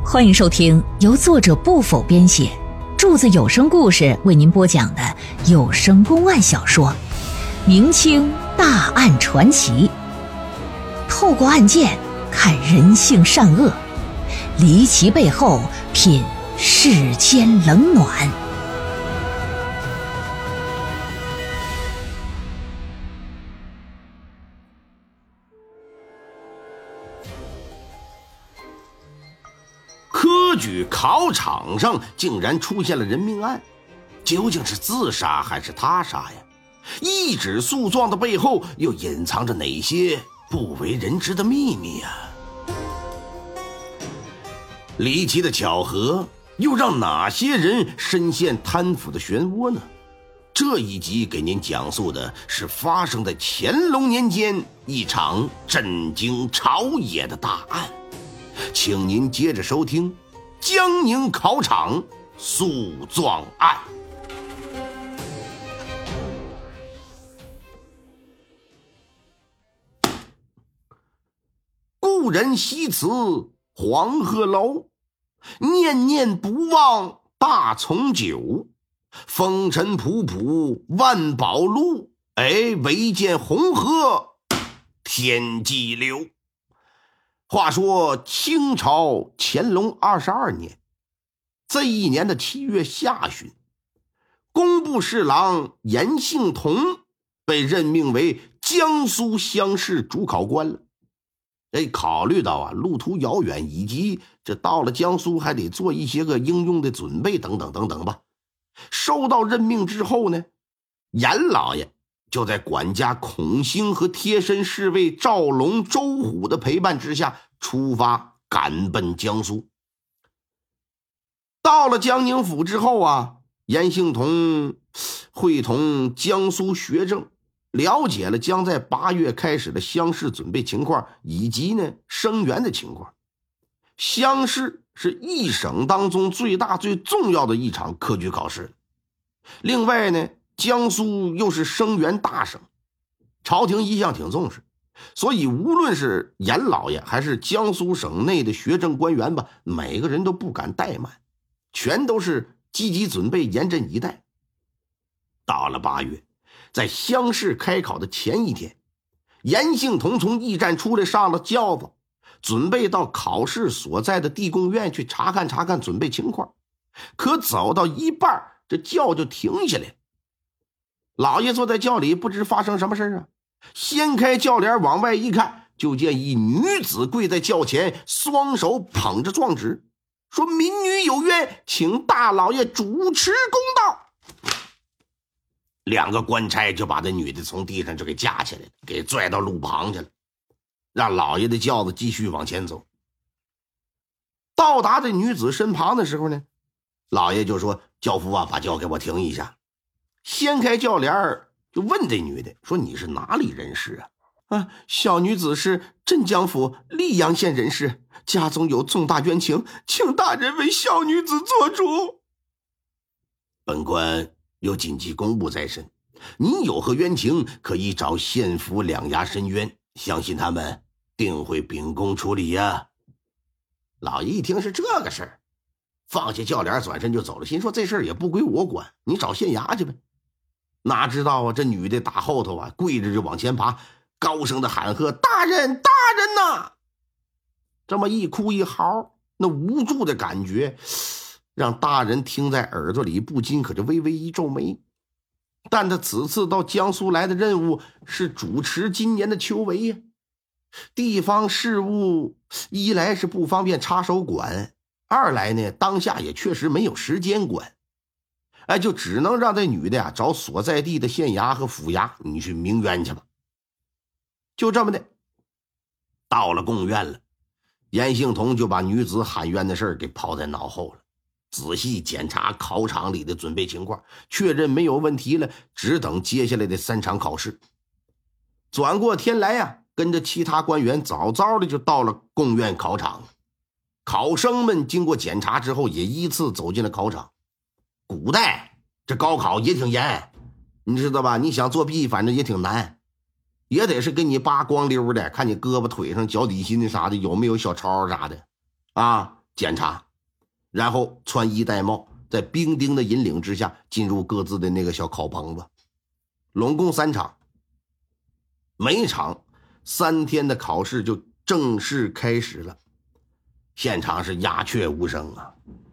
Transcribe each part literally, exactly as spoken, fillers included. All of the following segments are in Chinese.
欢迎收听由作者不否编写，柱子有声故事为您播讲的有声公案小说《明清大案传奇》，透过案件看人性善恶，离奇背后品世间冷暖。 科举考场上竟然出现了人命案，究竟是自杀还是他杀呀？一纸诉状的背后又隐藏着哪些不为人知的秘密呀？离奇的巧合又让哪些人深陷贪腐的漩涡呢？这一集给您讲述的是发生在乾隆年间一场震惊朝野的大案，请您接着收听江宁考场诉状案。故人西辞黄鹤楼，念念不忘大从酒。风尘仆仆万宝路，哎，唯见红河天际流。话说清朝乾隆二十二年，这一年的七月下旬，工部侍郎严幸同被任命为江苏乡试主考官了。哎，考虑到啊路途遥远，以及这到了江苏还得做一些个应用的准备等等等等吧。收到任命之后呢，严老爷就在管家孔兴和贴身侍卫赵龙、周虎的陪伴之下出发赶奔江苏。到了江宁府之后啊，严幸同会同江苏学政了解了将在八月开始的乡试准备情况，以及呢生源的情况。乡试是一省当中最大最重要的一场科举考试。另外呢，江苏又是生源大省，朝廷一向挺重视，所以无论是严老爷还是江苏省内的学政官员吧，每个人都不敢怠慢，全都是积极准备，严阵以待。到了八月，在乡试开考的前一天，严幸同从驿站出来，上了轿子，准备到考试所在的地宫院去查看查看准备情况。可走到一半，这轿就停下来。老爷坐在轿里，不知发生什么事啊，掀开轿帘往外一看，就见一女子跪在轿前，双手捧着状纸，说民女有冤，请大老爷主持公道。两个官差就把这女的从地上就给架起来了，给拽到路旁去了，让老爷的轿子继续往前走。到达这女子身旁的时候呢，老爷就说：轿夫啊，把轿给我停一下。掀开轿帘就问这女的说：你是哪里人士啊？啊，小女子是镇江府溧阳县人士，家中有重大冤情，请大人为小女子做主。本官有紧急公务在身，你有何冤情，可以找县府两衙申冤，相信他们定会秉公处理呀。老爷一听是这个事儿，放下轿帘转身就走了，心说这事儿也不归我管，你找县衙去呗。哪知道啊，这女的打后头啊跪着就往前爬，高声的喊喝：大人大人呐！这么一哭一嚎，那无助的感觉让大人听在耳朵里，不禁可就微微一皱眉。但他此次到江苏来的任务是主持今年的秋闱呀，地方事务一来是不方便插手管，二来呢当下也确实没有时间管，哎，就只能让这女的呀找所在地的县衙和府衙，你去鸣冤去吧。就这么的，到了贡院了，严幸同就把女子喊冤的事儿给抛在脑后了，仔细检查考场里的准备情况，确认没有问题了，只等接下来的三场考试。转过天来呀，跟着其他官员早早的就到了贡院考场。考生们经过检查之后，也依次走进了考场。古代这高考也挺严，你知道吧？你想作弊反正也挺难，也得是给你扒光溜的，看你胳膊腿上脚底心啥的有没有小抄啥的啊。 检查，然后穿衣戴帽，在兵丁的引领之下进入各自的那个小烤棚子。拢共三场，每场三天的考试就正式开始了。现场是鸦雀无声啊，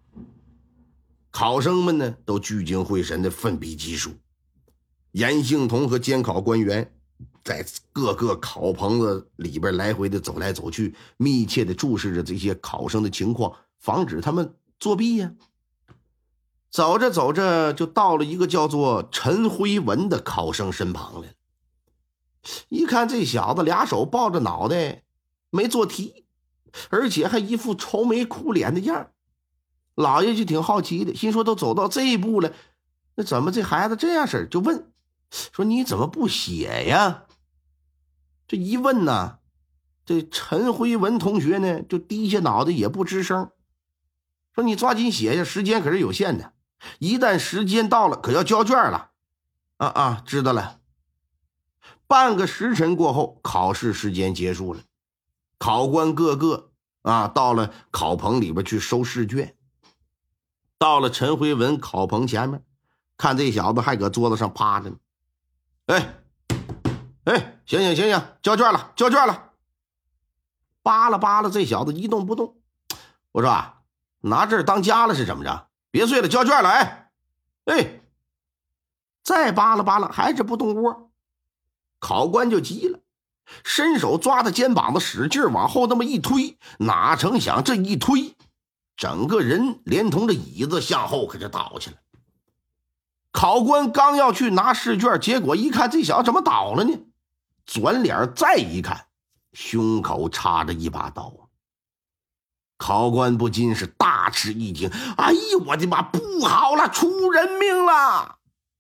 考生们呢都聚精会神的奋笔疾书。严幸同和监考官员在各个考棚子里边来回的走来走去，密切的注视着这些考生的情况，防止他们作弊呀。走着走着就到了一个叫做陈辉文的考生身旁来了。一看这小子俩手抱着脑袋没做题，而且还一副愁眉苦脸的样，老爷就挺好奇的，心说都走到这一步了，那怎么这孩子这样式，就问说你怎么不写呀？这一问呢，这陈辉文同学呢就低下脑袋也不吱声，说你抓紧写呀，时间可是有限的，一旦时间到了可要交卷了。啊啊，知道了。半个时辰过后，考试时间结束了，考官个个啊到了考棚里边去收试卷。到了陈辉文考棚前面，看这小子还搁桌子上趴着呢。哎哎，醒醒醒醒，交卷了交卷了。扒拉扒拉这小子一动不动。我说啊，拿这儿当家了是怎么着？别睡了，交卷了。哎哎，再扒拉扒拉还是不动窝。考官就急了，伸手抓他肩膀子使劲往后那么一推，哪成想这一推，整个人连同着椅子向后可就倒下了。考官刚要去拿试卷，结果一看这小子怎么倒了呢？转脸再一看，胸口插着一把刀。考官不禁是大吃一惊，哎呀我的妈，不好了，出人命了！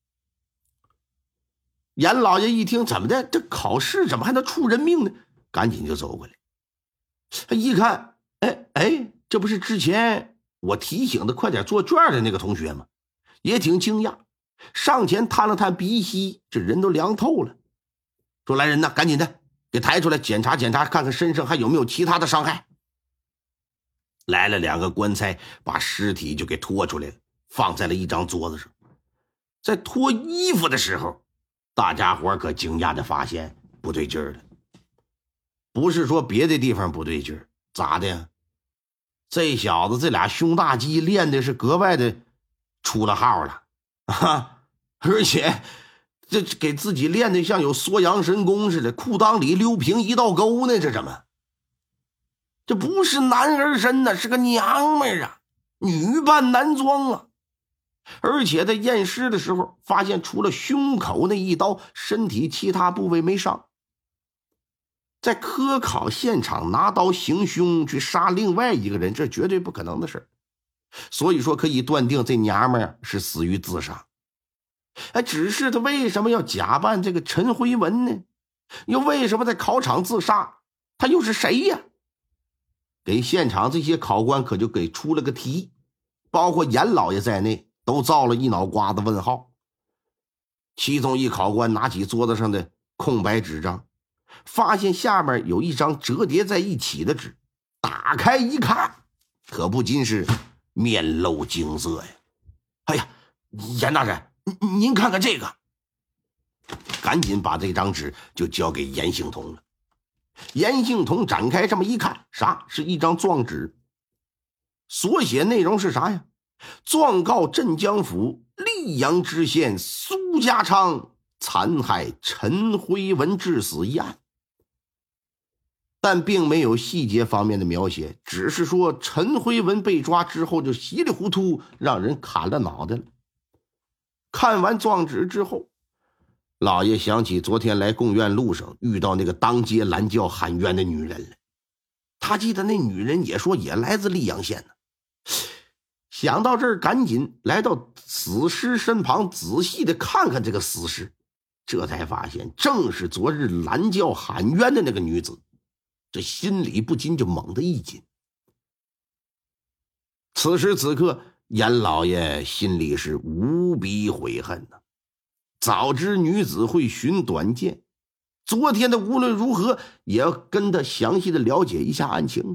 严老爷一听，怎么的，这考试怎么还能出人命呢？赶紧就走过来，他一看，哎哎，这不是之前我提醒的快点做卷的那个同学吗？也挺惊讶，上前探了探鼻息，这人都凉透了，说来人呐，赶紧的给抬出来检查检查，看看身上还有没有其他的伤害。来了两个官差，把尸体就给拖出来了，放在了一张桌子上。在脱衣服的时候，大家伙可惊讶的发现不对劲儿了。不是说别的地方不对劲儿，咋的呀？这小子这俩胸大肌练的是格外的出了号了啊！而且这给自己练的像有缩阳神功似的，裤裆里溜平一道沟呢，这怎么？这不是男儿身呐，是个娘们儿啊，女扮男装啊！而且在验尸的时候发现，除了胸口那一刀，身体其他部位没伤。在科考现场拿刀行凶去杀另外一个人，这绝对不可能的事。所以说可以断定这娘们儿是死于自杀。哎，只是他为什么要假扮这个陈辉文呢？又为什么在考场自杀？他又是谁呀？给现场这些考官可就给出了个题，包括严老爷在内都造了一脑瓜子问号。其中一考官拿起桌子上的空白纸张，发现下面有一张折叠在一起的纸，打开一看，可不禁是面露惊色呀！哎呀，严大人，您看看这个，赶紧把这张纸就交给严幸同了。严幸同展开这么一看，啥？是一张状纸，所写内容是啥呀？状告镇江府溧阳知县苏家昌残害陈辉文致死一案，但并没有细节方面的描写，只是说陈辉文被抓之后就稀里糊涂让人砍了脑袋了。看完状纸之后，老爷想起昨天来贡院路上遇到那个当街拦轿喊冤的女人了，他记得那女人也说也来自溧阳县呢。想到这儿，赶紧来到死尸身旁，仔细的看看这个死尸，这才发现正是昨日拦轿喊冤的那个女子，这心里不禁就猛地一紧。此时此刻，严老爷心里是无比悔恨呐、啊！早知女子会寻短见，昨天的无论如何也要跟他详细的了解一下案情啊！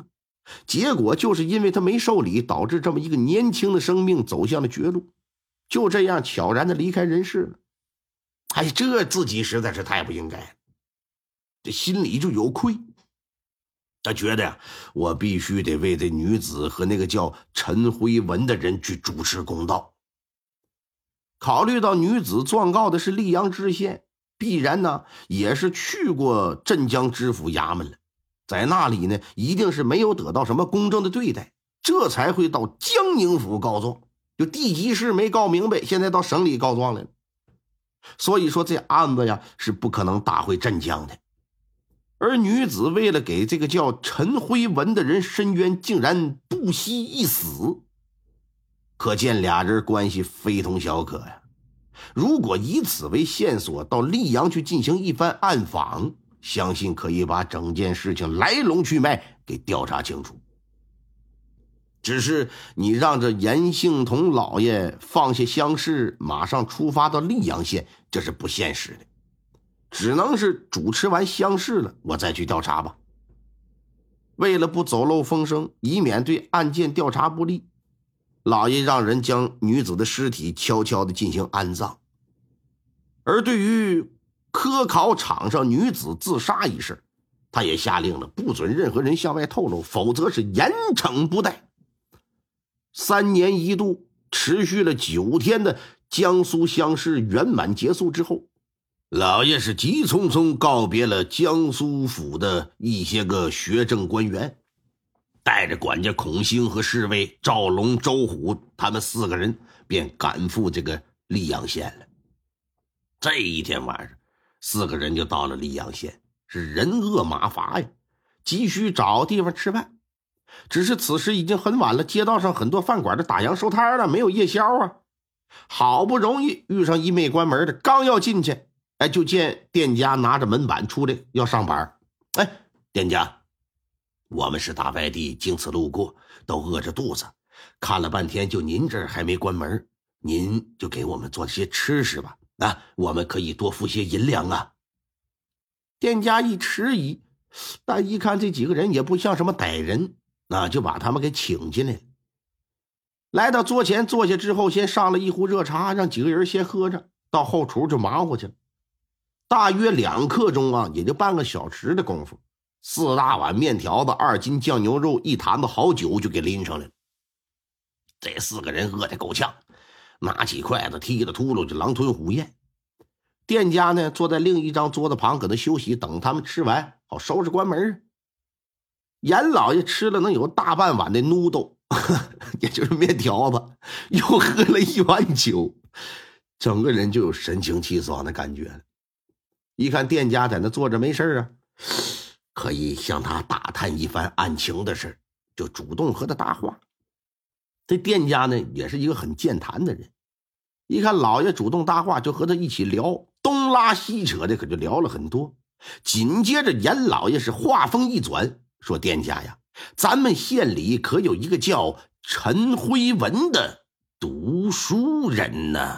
结果就是因为他没受理，导致这么一个年轻的生命走向了绝路，就这样悄然的离开人世了。哎，这自己实在是太不应该了，这心里就有愧。他觉得呀，我必须得为这女子和那个叫陈辉文的人去主持公道。考虑到女子状告的是溧阳知县，必然呢也是去过镇江知府衙门了，在那里呢一定是没有得到什么公正的对待，这才会到江宁府告状。就地级市没告明白，现在到省里告状来了。所以说这案子呀是不可能打回镇江的。而女子为了给这个叫陈辉文的人伸冤，竟然不惜一死，可见俩人关系非同小可呀。如果以此为线索到溧阳去进行一番暗访，相信可以把整件事情来龙去脉给调查清楚。只是你让这严幸同老爷放下乡试，马上出发到溧阳县，这是不现实的，只能是主持完乡试了，我再去调查吧。为了不走漏风声，以免对案件调查不利，老爷让人将女子的尸体悄悄地进行安葬。而对于科考场上女子自杀一事，他也下令了，不准任何人向外透露，否则是严惩不贷。三年一度持续了九天的江苏乡试圆满结束之后，老爷是急匆匆告别了江苏府的一些个学政官员，带着管家孔兴和侍卫赵龙、周虎他们四个人便赶赴这个溧阳县了。这一天晚上，四个人就到了溧阳县，是人饿马乏呀，急需找地方吃饭。只是此时已经很晚了，街道上很多饭馆的打烊收摊了，没有夜宵啊。好不容易遇上一没关门的，刚要进去，哎，就见店家拿着门板出来要上班。哎，店家，我们是大外地经此路过，都饿着肚子，看了半天就您这儿还没关门，您就给我们做些吃食吧，啊，我们可以多付些银两啊。店家一迟疑，但一看这几个人也不像什么歹人，那就把他们给请进来了。来到桌前坐下之后，先上了一壶热茶，让几个人先喝着，到后厨就忙活去了。大约两刻钟啊，也就半个小时的功夫，四大碗面条子、二斤酱牛肉、一坛子好酒就给拎上来了。这四个人饿得够呛，拿起筷子踢了秃噜就狼吞虎咽。店家呢坐在另一张桌子旁搁那休息，等他们吃完好收拾关门。严老爷吃了能有大半碗的奴豆，也就是面条子，又喝了一碗酒，整个人就有神清气爽的感觉了。一看店家在那坐着没事啊，可以向他打探一番案情的事，就主动和他搭话。这店家呢也是一个很健谈的人，一看老爷主动搭话，就和他一起聊，东拉西扯的，可就聊了很多。紧接着严老爷是话锋一转，说店家呀，咱们县里可有一个叫陈辉文的读书人呢。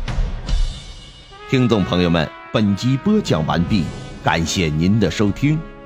听众朋友们，本集播讲完毕，感谢您的收听。